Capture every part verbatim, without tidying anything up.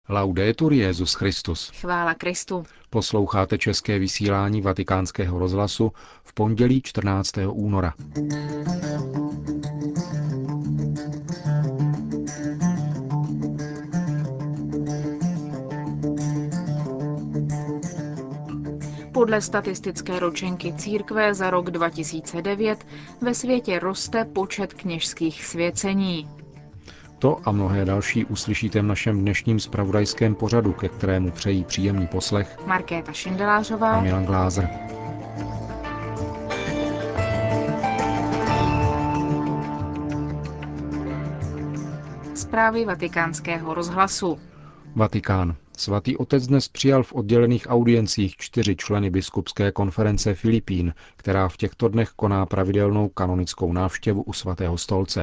Laudetur Jesus Christus. Chvála Kristu. Posloucháte české vysílání Vatikánského rozhlasu v pondělí čtrnáctého února. Podle statistické ročenky církve za rok dva tisíce devět ve světě roste počet kněžských svěcení. To a mnohé další uslyšíte v našem dnešním zpravodajském pořadu, ke kterému přejí příjemný poslech Markéta Šindelářová a Milan Glázer. Zprávy Vatikánského rozhlasu. Vatikán. Svatý otec dnes přijal v oddělených audiencích čtyři členy biskupské konference Filipín, která v těchto dnech koná pravidelnou kanonickou návštěvu u svatého stolce.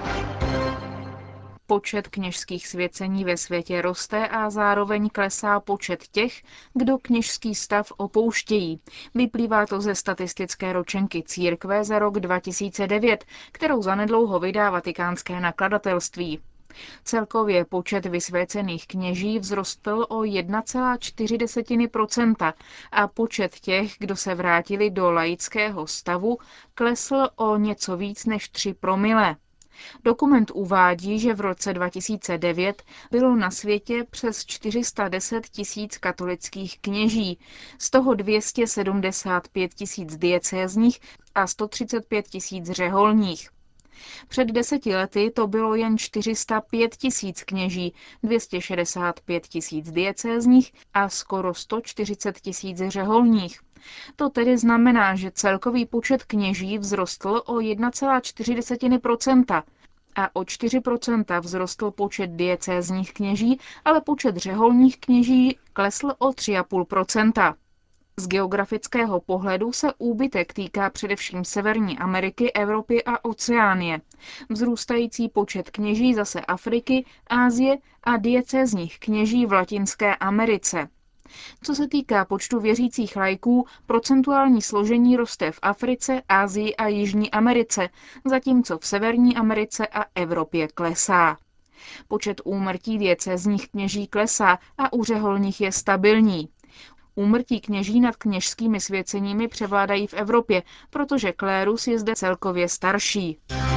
Počet kněžských svěcení ve světě roste a zároveň klesá počet těch, kdo kněžský stav opouštějí. Vyplývá to ze statistické ročenky církve za rok dva tisíce devět, kterou zanedlouho vydá vatikánské nakladatelství. Celkově počet vysvěcených kněží vzrostl o jedna celá čtyři procenta a počet těch, kdo se vrátili do laického stavu, klesl o něco víc než tři promile. Dokument uvádí, že v roce dva tisíce devět bylo na světě přes čtyři sta deset tisíc katolických kněží, z toho dvě stě sedmdesát pět tisíc diecézních a sto třicet pět tisíc řeholních. Před deseti lety to bylo jen čtyři sta pět tisíc kněží, dvě stě šedesát pět tisíc diecézních a skoro sto čtyřicet tisíc řeholních. To tedy znamená, že celkový počet kněží vzrostl o jedna celá čtyři procenta a o čtyři procenta vzrostl počet diecézních kněží, ale počet řeholních kněží klesl o tři celá pět procenta. Z geografického pohledu se úbytek týká především Severní Ameriky, Evropy a Oceánie. Vzrůstající počet kněží zase Afriky, Asie a diecézních kněží v Latinské Americe. Co se týká počtu věřících laiků, procentuální složení roste v Africe, Asii a Jižní Americe, zatímco v Severní Americe a Evropě klesá. Počet úmrtí diecézních kněží klesá a u řeholních je stabilní. Úmrtí kněží nad kněžskými svěceními převládají v Evropě, protože klérus je zde celkově starší.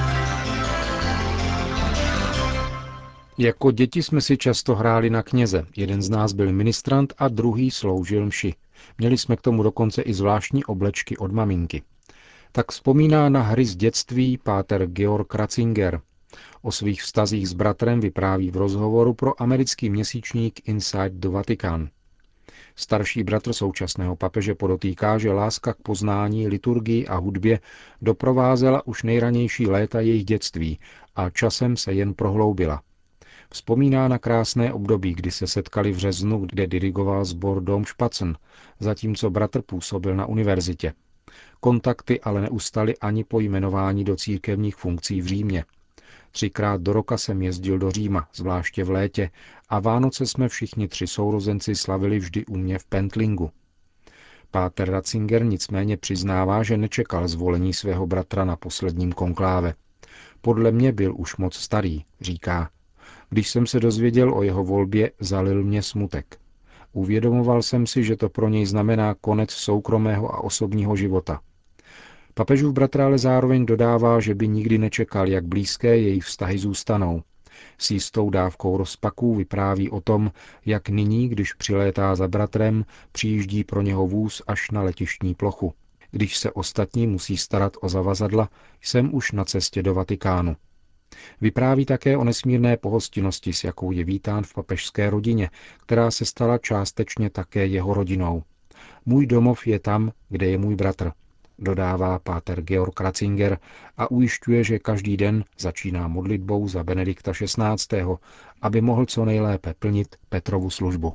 Jako děti jsme si často hráli na kněze. Jeden z nás byl ministrant a druhý sloužil mši. Měli jsme k tomu dokonce i zvláštní oblečky od maminky. Tak vzpomíná na hry z dětství páter Georg Ratzinger. O svých vztazích s bratrem vypráví v rozhovoru pro americký měsíčník Inside the Vatican. Starší bratr současného papeže podotýká, že láska k poznání, liturgii a hudbě doprovázela už nejranější léta jejich dětství a časem se jen prohloubila. Vzpomíná na krásné období, kdy se setkali v Řeznu, kde dirigoval sbor Domspatzen, zatímco bratr působil na univerzitě. Kontakty ale neustaly ani po jmenování do církevních funkcí v Římě. Třikrát do roka jsem jezdil do Říma, zvláště v létě, a Vánoce jsme všichni tři sourozenci slavili vždy u mě v Pentlingu. Páter Ratzinger nicméně přiznává, že nečekal zvolení svého bratra na posledním konkláve. Podle mě byl už moc starý, říká. Když jsem se dozvěděl o jeho volbě, zalil mě smutek. Uvědomoval jsem si, že to pro něj znamená konec soukromého a osobního života. Papežův bratr ale zároveň dodává, že by nikdy nečekal, jak blízké jejich vztahy zůstanou. S jistou dávkou rozpaků vypráví o tom, jak nyní, když přilétá za bratrem, přijíždí pro něho vůz až na letištní plochu. Když se ostatní musí starat o zavazadla, jsem už na cestě do Vatikánu. Vypráví také o nesmírné pohostinnosti, s jakou je vítán v papežské rodině, která se stala částečně také jeho rodinou. Můj domov je tam, kde je můj bratr, dodává páter Georg Ratzinger a ujišťuje, že každý den začíná modlitbou za Benedikta šestnáctého, aby mohl co nejlépe plnit Petrovu službu.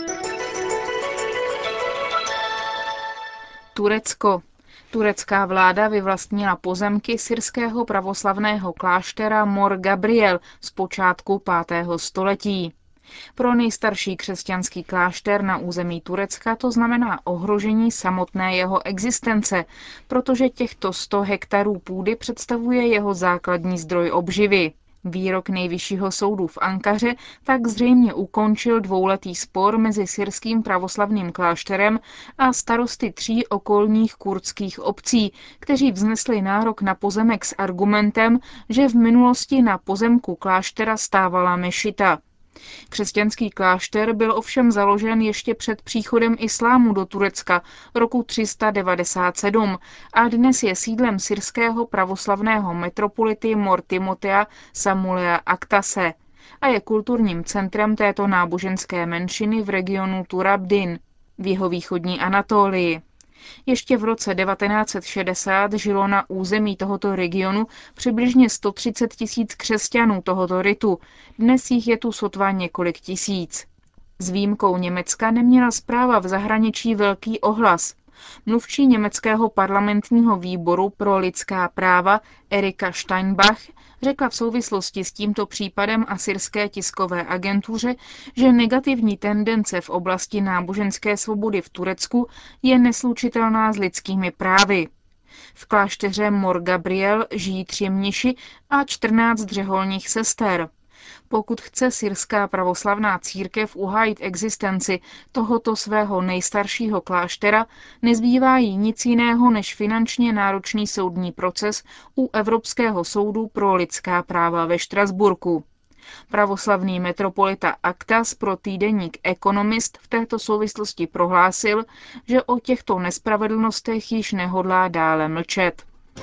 Turecko. Turecká vláda vyvlastnila pozemky syrského pravoslavného kláštera Mor Gabriel z počátku pátého století. Pro nejstarší křesťanský klášter na území Turecka to znamená ohrožení samotné jeho existence, protože těchto sto hektarů půdy představuje jeho základní zdroj obživy. Výrok nejvyššího soudu v Ankaře tak zřejmě ukončil dvouletý spor mezi syrským pravoslavným klášterem a starosty tří okolních kurdských obcí, kteří vznesli nárok na pozemek s argumentem, že v minulosti na pozemku kláštera stávala mešita. Křesťanský klášter byl ovšem založen ještě před příchodem islámu do Turecka roku tři sta devadesát sedm a dnes je sídlem syrského pravoslavného metropolity Mortimotea Samulea Aktase a je kulturním centrem této náboženské menšiny v regionu Turabdin v jihovýchodní Anatolii. Ještě v roce devatenáct set šedesát žilo na území tohoto regionu přibližně sto třicet tisíc křesťanů tohoto ritu, dnes jich je tu sotva několik tisíc. S výjimkou Německa neměla zpráva v zahraničí velký ohlas. Mluvčí německého parlamentního výboru pro lidská práva Erika Steinbach řekla v souvislosti s tímto případem asyrské tiskové agentuře, že negativní tendence v oblasti náboženské svobody v Turecku je neslučitelná s lidskými právy. V klášteře Mor Gabriel žijí tři mniši a čtrnáct řeholních sester. Pokud chce syrská pravoslavná církev uhájit existenci tohoto svého nejstaršího kláštera, nezbývá jí nic jiného než finančně náročný soudní proces u Evropského soudu pro lidská práva ve Štrasburku. Pravoslavný metropolita Aktas pro týdeník Economist v této souvislosti prohlásil, že o těchto nespravedlnostech již nehodlá dále mlčet.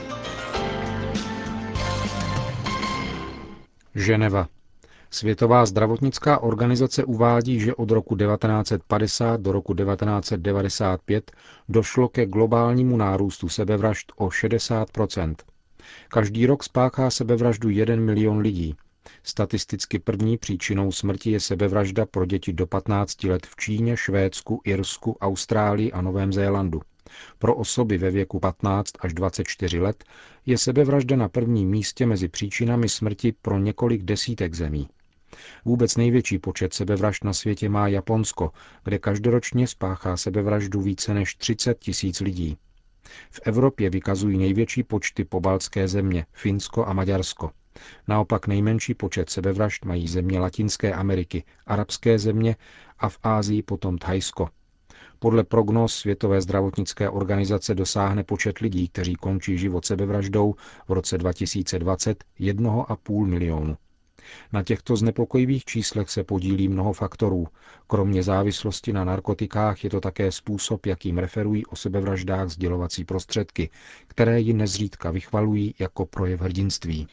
Ženeva. Světová zdravotnická organizace uvádí, že od roku devatenáct set padesát do roku devatenáct set devadesát pět došlo ke globálnímu nárůstu sebevražd o šedesát procent. Každý rok spáchá sebevraždu jeden milion lidí. Statisticky první příčinou smrti je sebevražda pro děti do patnácti let v Číně, Švédsku, Irsku, Austrálii a Novém Zélandu. Pro osoby ve věku patnáct až dvacet čtyři let je sebevražda na prvním místě mezi příčinami smrti pro několik desítek zemí. Vůbec největší počet sebevražd na světě má Japonsko, kde každoročně spáchá sebevraždu více než třicet tisíc lidí. V Evropě vykazují největší počty pobaltské země, Finsko a Maďarsko. Naopak nejmenší počet sebevražd mají země Latinské Ameriky, arabské země a v Asii potom Thajsko. Podle prognóz Světové zdravotnické organizace dosáhne počet lidí, kteří končí život sebevraždou v roce dva tisíce dvacet, jednoho a půl milionu. Na těchto znepokojivých číslech se podílí mnoho faktorů. Kromě závislosti na narkotikách je to také způsob, jakým referují o sebevraždách sdělovací prostředky, které ji nezřídka vychvalují jako projev hrdinství.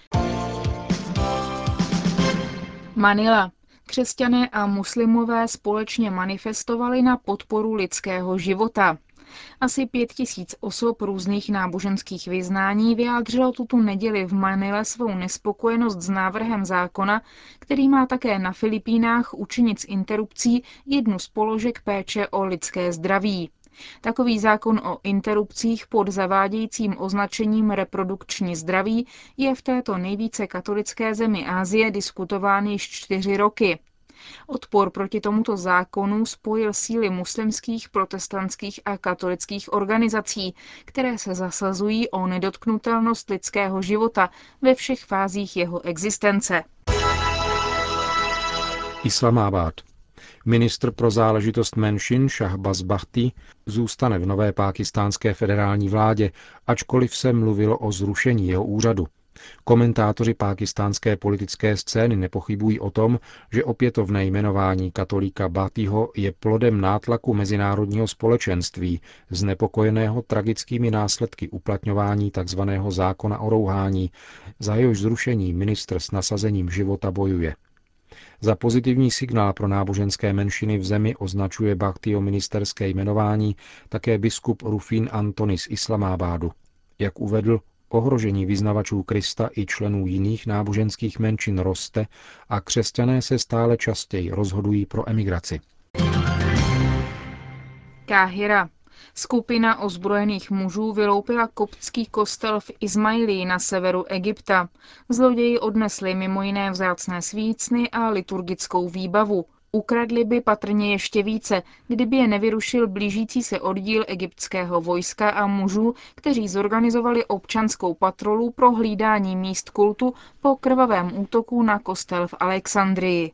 Manila. Křesťané a muslimové společně manifestovali na podporu lidského života. Asi pět tisíc osob různých náboženských vyznání vyjádřilo tuto neděli v Manile svou nespokojenost s návrhem zákona, který má také na Filipínách učinit z interrupcí jednu z položek péče o lidské zdraví. Takový zákon o interrupcích pod zavádějícím označením reprodukční zdraví je v této nejvíce katolické zemi Asie diskutován již čtyři roky. Odpor proti tomuto zákonu spojil síly muslimských, protestantských a katolických organizací, které se zasazují o nedotknutelnost lidského života ve všech fázích jeho existence. Islamabad. Ministr pro záležitost menšin Shahbaz Bhatti zůstane v nové pákistánské federální vládě, ačkoliv se mluvilo o zrušení jeho úřadu. Komentátoři pákistánské politické scény nepochybují o tom, že opětovné jmenování katolíka Bhattiho je plodem nátlaku mezinárodního společenství, znepokojeného tragickými následky uplatňování tzv. Zákona o rouhání, za jehož zrušení ministr s nasazením života bojuje. Za pozitivní signál pro náboženské menšiny v zemi označuje Bhattiho ministerské jmenování také biskup Rufin Antony z Islamabadu. Jak uvedl, ohrožení vyznavačů Krista i členů jiných náboženských menšin roste a křesťané se stále častěji rozhodují pro emigraci. Káhira. Skupina ozbrojených mužů vyloupila koptský kostel v Ismailii na severu Egypta. Zloději odnesli mimo jiné vzácné svícny a liturgickou výbavu. Ukradli by patrně ještě více, kdyby je nevyrušil blížící se oddíl egyptského vojska a mužů, kteří zorganizovali občanskou patrolu pro hlídání míst kultu po krvavém útoku na kostel v Alexandrii.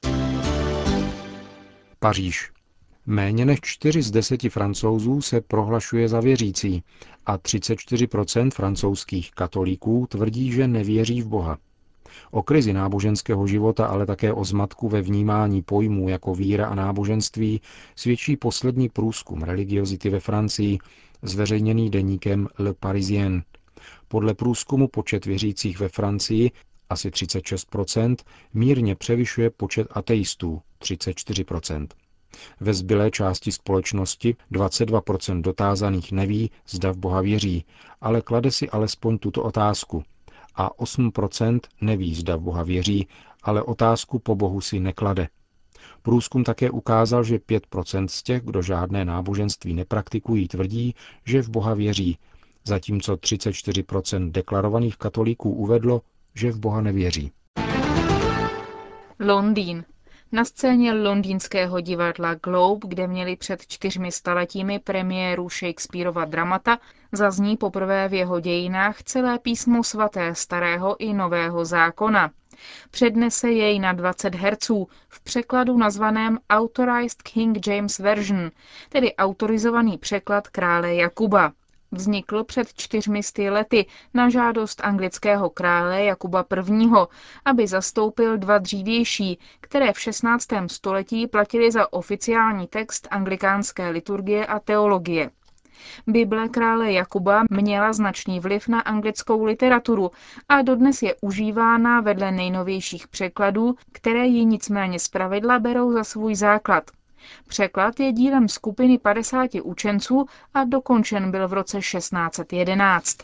Paříž. Méně než čtyři z deseti Francouzů se prohlašuje za věřící a třicet čtyři procent francouzských katolíků tvrdí, že nevěří v Boha. O krizi náboženského života, ale také o zmatku ve vnímání pojmů jako víra a náboženství svědčí poslední průzkum religiozity ve Francii, zveřejněný deníkem Le Parisien. Podle průzkumu počet věřících ve Francii, asi třicet šest procent, mírně převyšuje počet ateistů, třicet čtyři procent. Ve zbylé části společnosti dvacet dva procent dotázaných neví, zda v Boha věří, ale klade si alespoň tuto otázku. A osm procent neví, zda v Boha věří, ale otázku po Bohu si neklade. Průzkum také ukázal, že pět procent z těch, kdo žádné náboženství nepraktikují, tvrdí, že v Boha věří, zatímco třicet čtyři procent deklarovaných katolíků uvedlo, že v Boha nevěří. Londýn. Na scéně londýnského divadla Globe, kde měli před čtyřmi staletími premiéru Shakespearova dramata, zazní poprvé v jeho dějinách celé písmo svaté starého i nového zákona. Přednese jej na dvacet herců v překladu nazvaném Authorized King James Version, tedy autorizovaný překlad krále Jakuba. Vznikl před čtyřmi sty lety na žádost anglického krále Jakuba prvního., aby zastoupil dva dřívější, které v šestnáctém století platily za oficiální text anglikánské liturgie a teologie. Bible krále Jakuba měla značný vliv na anglickou literaturu a dodnes je užívána vedle nejnovějších překladů, které ji nicméně zpravidla berou za svůj základ. Překlad je dílem skupiny padesáti učenců a dokončen byl v roce šestnáct set jedenáct.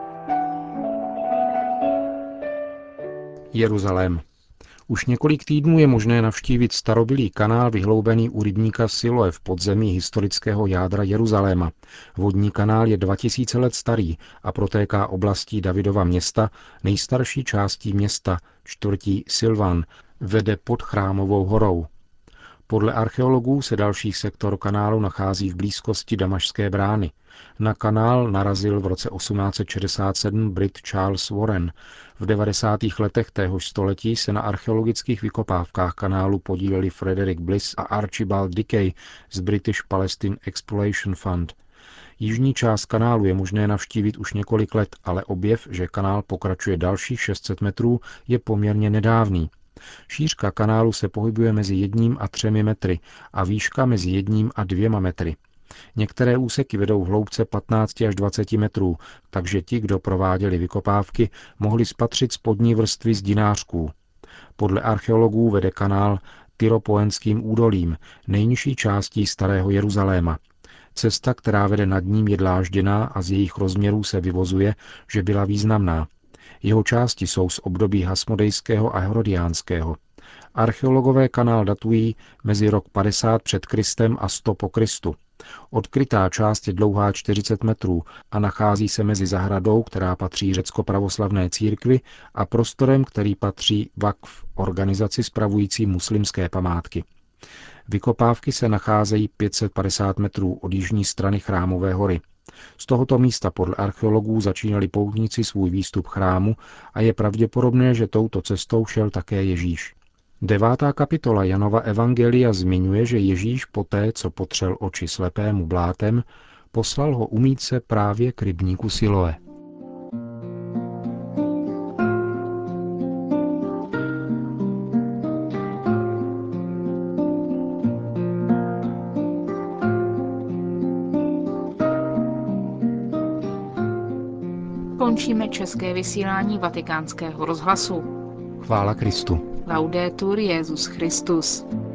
Jeruzalém. Už několik týdnů je možné navštívit starobylý kanál vyhloubený u rybníka Siloe v podzemí historického jádra Jeruzaléma. Vodní kanál je dva tisíce let starý a protéká oblastí Davidova města, nejstarší částí města, čtvrtí Silvan, vede pod Chrámovou horou. Podle archeologů se další sektor kanálu nachází v blízkosti Damašské brány. Na kanál narazil v roce osmnáct set šedesát sedm Brit Charles Warren. V devadesátých letech téhož století se na archeologických vykopávkách kanálu podíleli Frederick Bliss a Archibald Dickey z British Palestine Exploration Fund. Jižní část kanálu je možné navštívit už několik let, ale objev, že kanál pokračuje dalších šest set metrů, je poměrně nedávný. Šířka kanálu se pohybuje mezi jedním a třemi metry a výška mezi jedním a dvěma metry. Některé úseky vedou v hloubce patnáct až dvacet metrů, takže ti, kdo prováděli vykopávky, mohli spatřit spodní vrstvy z dinářků. Podle archeologů vede kanál Tyropoenským údolím, nejnižší částí starého Jeruzaléma. Cesta, která vede nad ním, je dlážděná a z jejich rozměrů se vyvozuje, že byla významná. Jeho části jsou z období hasmodejského a herodiánského. Archeologové kanál datují mezi rok padesát před Kristem a sto po Kristu. Odkrytá část je dlouhá čtyřicet metrů a nachází se mezi zahradou, která patří řecko-pravoslavné církvi, a prostorem, který patří Vakf, organizaci spravující muslimské památky. Vykopávky se nacházejí pět set padesát metrů od jižní strany Chrámové hory. Z tohoto místa podle archeologů začínali poutníci svůj výstup chrámu a je pravděpodobné, že touto cestou šel také Ježíš. Devátá kapitola Janova evangelia zmiňuje, že Ježíš poté, co potřel oči slepému blátem, poslal ho umýt se právě k rybníku Siloe. Končíme české vysílání Vatikánského rozhlasu. Chvála Kristu. Laudetur Jesus Christus.